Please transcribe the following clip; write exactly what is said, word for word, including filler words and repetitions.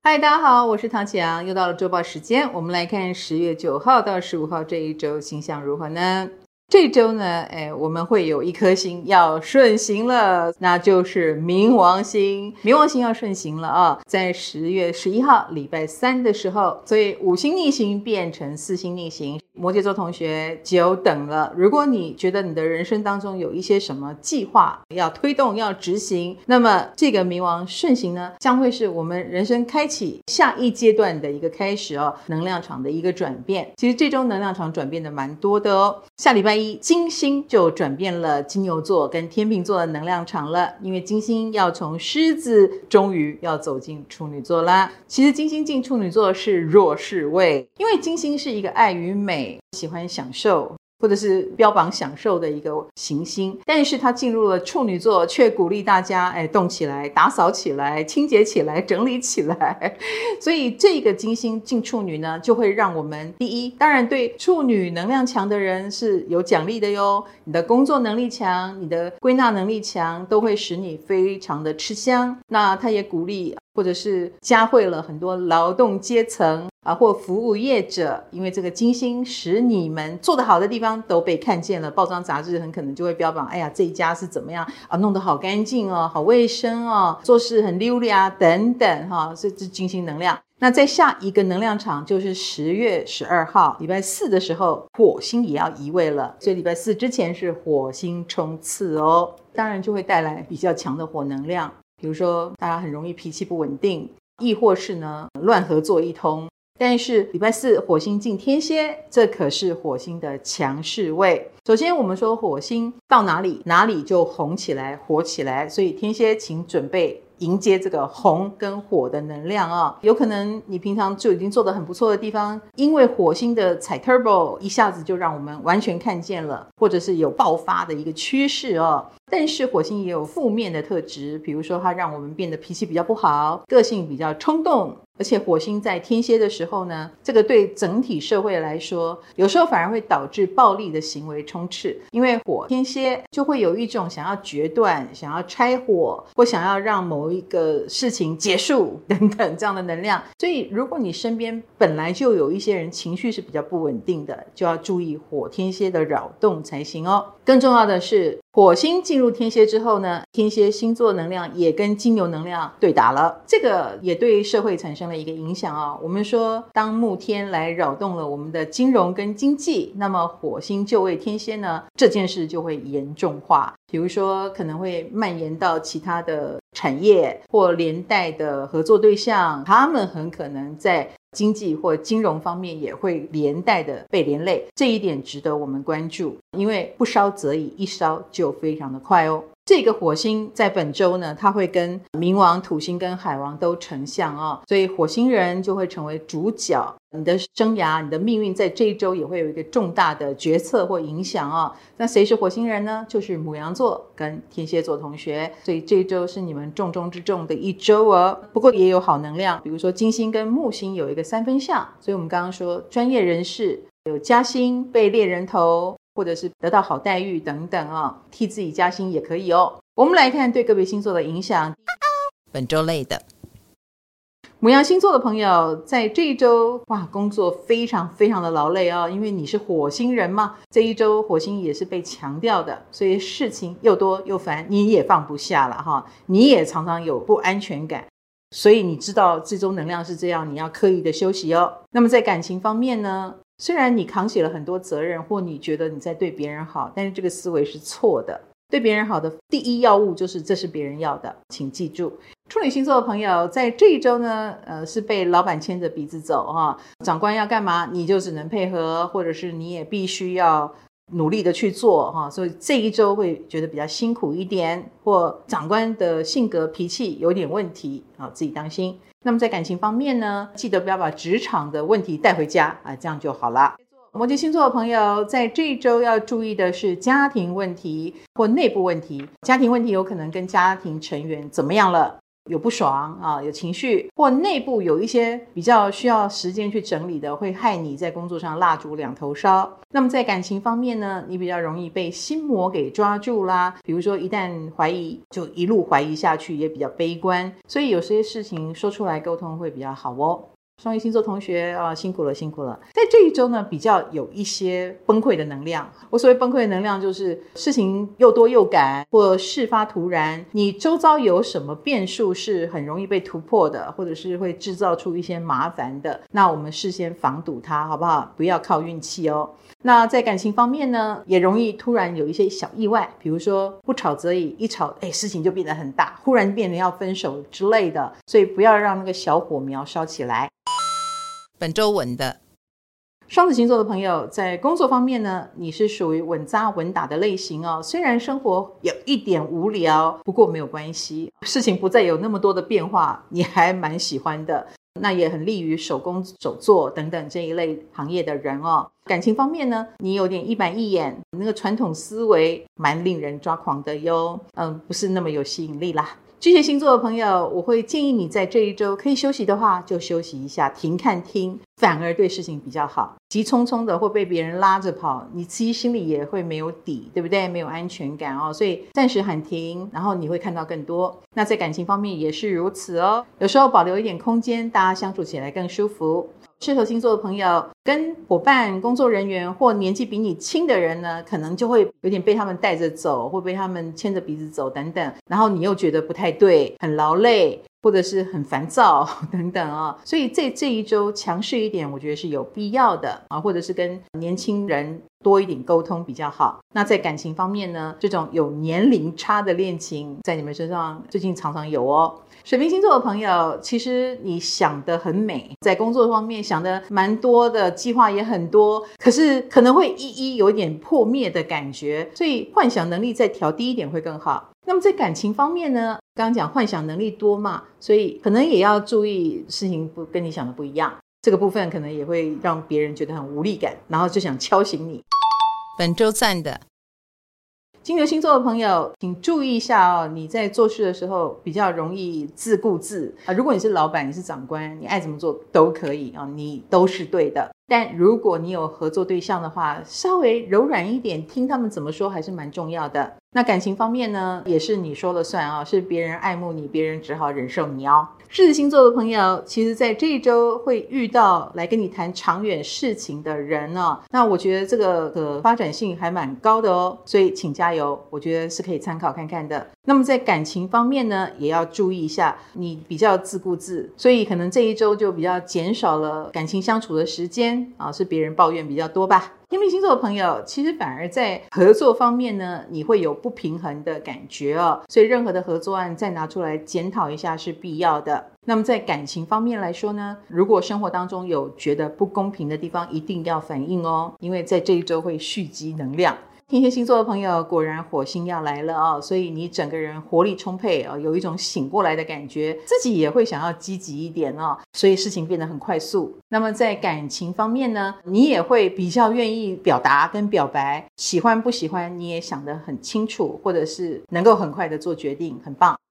嗨，大家好，我是唐启阳，又到了周报时间，我们来看十月九号到十五号这一周星象如何呢？这周呢，哎，我们会有一颗星要顺行了，那就是冥王星。冥王星要顺行了啊，在十月十一号礼拜三的时候，所以五星逆行变成四星逆行。摩羯座同学久等了，如果你觉得你的人生当中有一些什么计划要推动要执行，那么这个冥王顺行呢，将会是我们人生开启下一阶段的一个开始哦，能量场的一个转变。其实这周能量场转变的蛮多的哦，下礼拜一金星就转变了金牛座跟天秤座的能量场了，因为金星要从狮子终于要走进处女座啦。其实金星进处女座是弱势位，因为金星是一个爱与美，喜欢享受或者是标榜享受的一个行星，但是它进入了处女座，却鼓励大家哎动起来，打扫起来，清洁起来，整理起来。所以这个金星进处女呢，就会让我们第一，当然对处女能量强的人是有奖励的哟，你的工作能力强，你的归纳能力强，都会使你非常的吃香。那它也鼓励或者是加惠了很多劳动阶层啊，或服务业者，因为这个金星使你们做得好的地方都被看见了，报章杂志很可能就会标榜，哎呀，这一家是怎么样啊，弄得好干净哦，好卫生哦，做事很溜利啊，等等哈，这是金星能量。那在下一个能量场就是十月十二号礼拜四的时候，火星也要移位了，所以礼拜四之前是火星冲刺哦，当然就会带来比较强的火能量，比如说大家很容易脾气不稳定，亦或是呢乱合作一通。但是礼拜四火星进天蝎，这可是火星的强势位。首先我们说火星到哪里哪里就红起来火起来，所以天蝎请准备迎接这个红跟火的能量啊，有可能你平常就已经做得很不错的地方，因为火星的踩 turbo 一下子就让我们完全看见了，或者是有爆发的一个趋势哦。但是火星也有负面的特质，比如说它让我们变得脾气比较不好，个性比较冲动，而且火星在天蝎的时候呢，这个对整体社会来说，有时候反而会导致暴力的行为充斥，因为火天蝎就会有一种想要决断，想要拆伙，或想要让某一个事情结束等等这样的能量。所以如果你身边本来就有一些人情绪是比较不稳定的，就要注意火天蝎的扰动才行哦。更重要的是，火星进入天蝎之后呢，天蝎星座能量也跟金牛能量对打了，这个也对社会产生了一个影响哦。我们说当木天来扰动了我们的金融跟经济，那么火星就位天蝎呢，这件事就会严重化，比如说可能会蔓延到其他的产业或连带的合作对象，他们很可能在经济或金融方面也会连带的被连累，这一点值得我们关注，因为不烧则已，一烧就非常的快哦。这个火星在本周呢，它会跟冥王、土星跟海王都成相哦，所以火星人就会成为主角，你的生涯你的命运在这一周也会有一个重大的决策或影响哦。那谁是火星人呢？就是牡羊座跟天蝎座同学，所以这一周是你们重中之重的一周哦。不过也有好能量，比如说金星跟木星有一个三分相，所以我们刚刚说专业人士有加薪、被猎人头，或者是得到好待遇等等哦，替自己加薪也可以哦。我们来看对个别星座的影响。 本周类的牡羊星座的朋友在这一周哇，工作非常非常的劳累哦，因为你是火星人嘛，这一周火星也是被强调的，所以事情又多又烦，你也放不下了哈，你也常常有不安全感，所以你知道这周能量是这样，你要刻意的休息哦。那么在感情方面呢，虽然你扛起了很多责任，或你觉得你在对别人好，但是这个思维是错的。对别人好的第一要务就是这是别人要的，请记住。处女星座的朋友在这一周呢，呃，是被老板牵着鼻子走哈，长官要干嘛你就只能配合，或者是你也必须要努力的去做哈，所以这一周会觉得比较辛苦一点，或长官的性格脾气有点问题啊，自己当心。那么在感情方面呢，记得不要把职场的问题带回家啊，这样就好了。摩羯星座的朋友在这一周要注意的是家庭问题或内部问题。家庭问题有可能跟家庭成员怎么样了， 有不爽啊，有情绪，或内部有一些比较需要时间去整理的，会害你在工作上蜡烛两头烧。那么在感情方面呢，你比较容易被心魔给抓住啦，比如说一旦怀疑就一路怀疑下去，也比较悲观，所以有些事情说出来沟通会比较好哦。双鱼星座同学啊，辛苦了辛苦了。在这一周呢，比较有一些崩溃的能量。我所谓崩溃的能量，就是事情又多又赶，或事发突然，你周遭有什么变数是很容易被突破的，或者是会制造出一些麻烦的，那我们事先防堵它，好不好？不要靠运气哦。那在感情方面呢，也容易突然有一些小意外，比如说不吵则已，一吵哎，事情就变得很大，忽然变成要分手之类的，所以不要让那个小火苗烧起来。 本周稳的双子星座的朋友，在工作方面呢，你是属于稳扎稳打的类型哦。虽然生活有一点无聊，不过没有关系，事情不再有那么多的变化，你还蛮喜欢的。那也很利于手工手作等等这一类行业的人哦。感情方面呢，你有点一板一眼，那个传统思维蛮令人抓狂的哟，嗯，不是那么有吸引力啦。巨蟹星座的朋友，我会建议你在这一周可以休息的话就休息一下，停看听，反而对事情比较好。急匆匆的会被别人拉着跑，你自己心里也会没有底，对不对？没有安全感哦，所以暂时喊停，然后你会看到更多。那在感情方面也是如此哦，有时候保留一点空间，大家相处起来更舒服。适合星座的朋友跟伙伴、工作人员或年纪比你轻的人呢，可能就会有点被他们带着走，会被他们牵着鼻子走等等，然后你又觉得不太对，很劳累，或者是很烦躁等等啊，所以在这一周强势一点，我觉得是有必要的啊，或者是跟年轻人多一点沟通比较好。那在感情方面呢，这种有年龄差的恋情在你们身上最近常常有哦。水瓶星座的朋友，其实你想得很美，在工作方面想得蛮多的，计划也很多，可是可能会一一有一点破灭的感觉，所以幻想能力再调低一点会更好。那么在感情方面呢，刚刚讲幻想能力多嘛，所以可能也要注意事情不跟你想的不一样，这个部分可能也会让别人觉得很无力感，然后就想敲醒你。 本周赞的金牛星座的朋友，请注意一下哦，你在做事的时候比较容易自顾自啊。如果你是老板，你是长官，你爱怎么做都可以啊，你都是对的。但如果你有合作对象的话，稍微柔软一点，听他们怎么说还是蛮重要的。那感情方面呢，也是你说了算啊，是别人爱慕你，别人只好忍受你哦。狮子星座的朋友，其实在这一周会遇到来跟你谈长远事情的人哦，那我觉得这个的发展性还蛮高的哦，所以请加油，我觉得是可以参考看看的。那么在感情方面呢，也要注意一下，你比较自顾自，所以可能这一周就比较减少了感情相处的时间啊，是别人抱怨比较多吧。天秤星座的朋友，其实反而在合作方面呢，你会有不平衡的感觉哦，所以任何的合作案再拿出来检讨一下是必要的。那么在感情方面来说呢，如果生活当中有觉得不公平的地方，一定要反映哦，因为在这一周会蓄积能量。天蝎星座的朋友，果然火星要来了哦，所以你整个人活力充沛哦，有一种醒过来的感觉，自己也会想要积极一点哦，所以事情变得很快速。那么在感情方面呢，你也会比较愿意表达跟表白，喜欢不喜欢你也想得很清楚，或者是能够很快的做决定，很棒。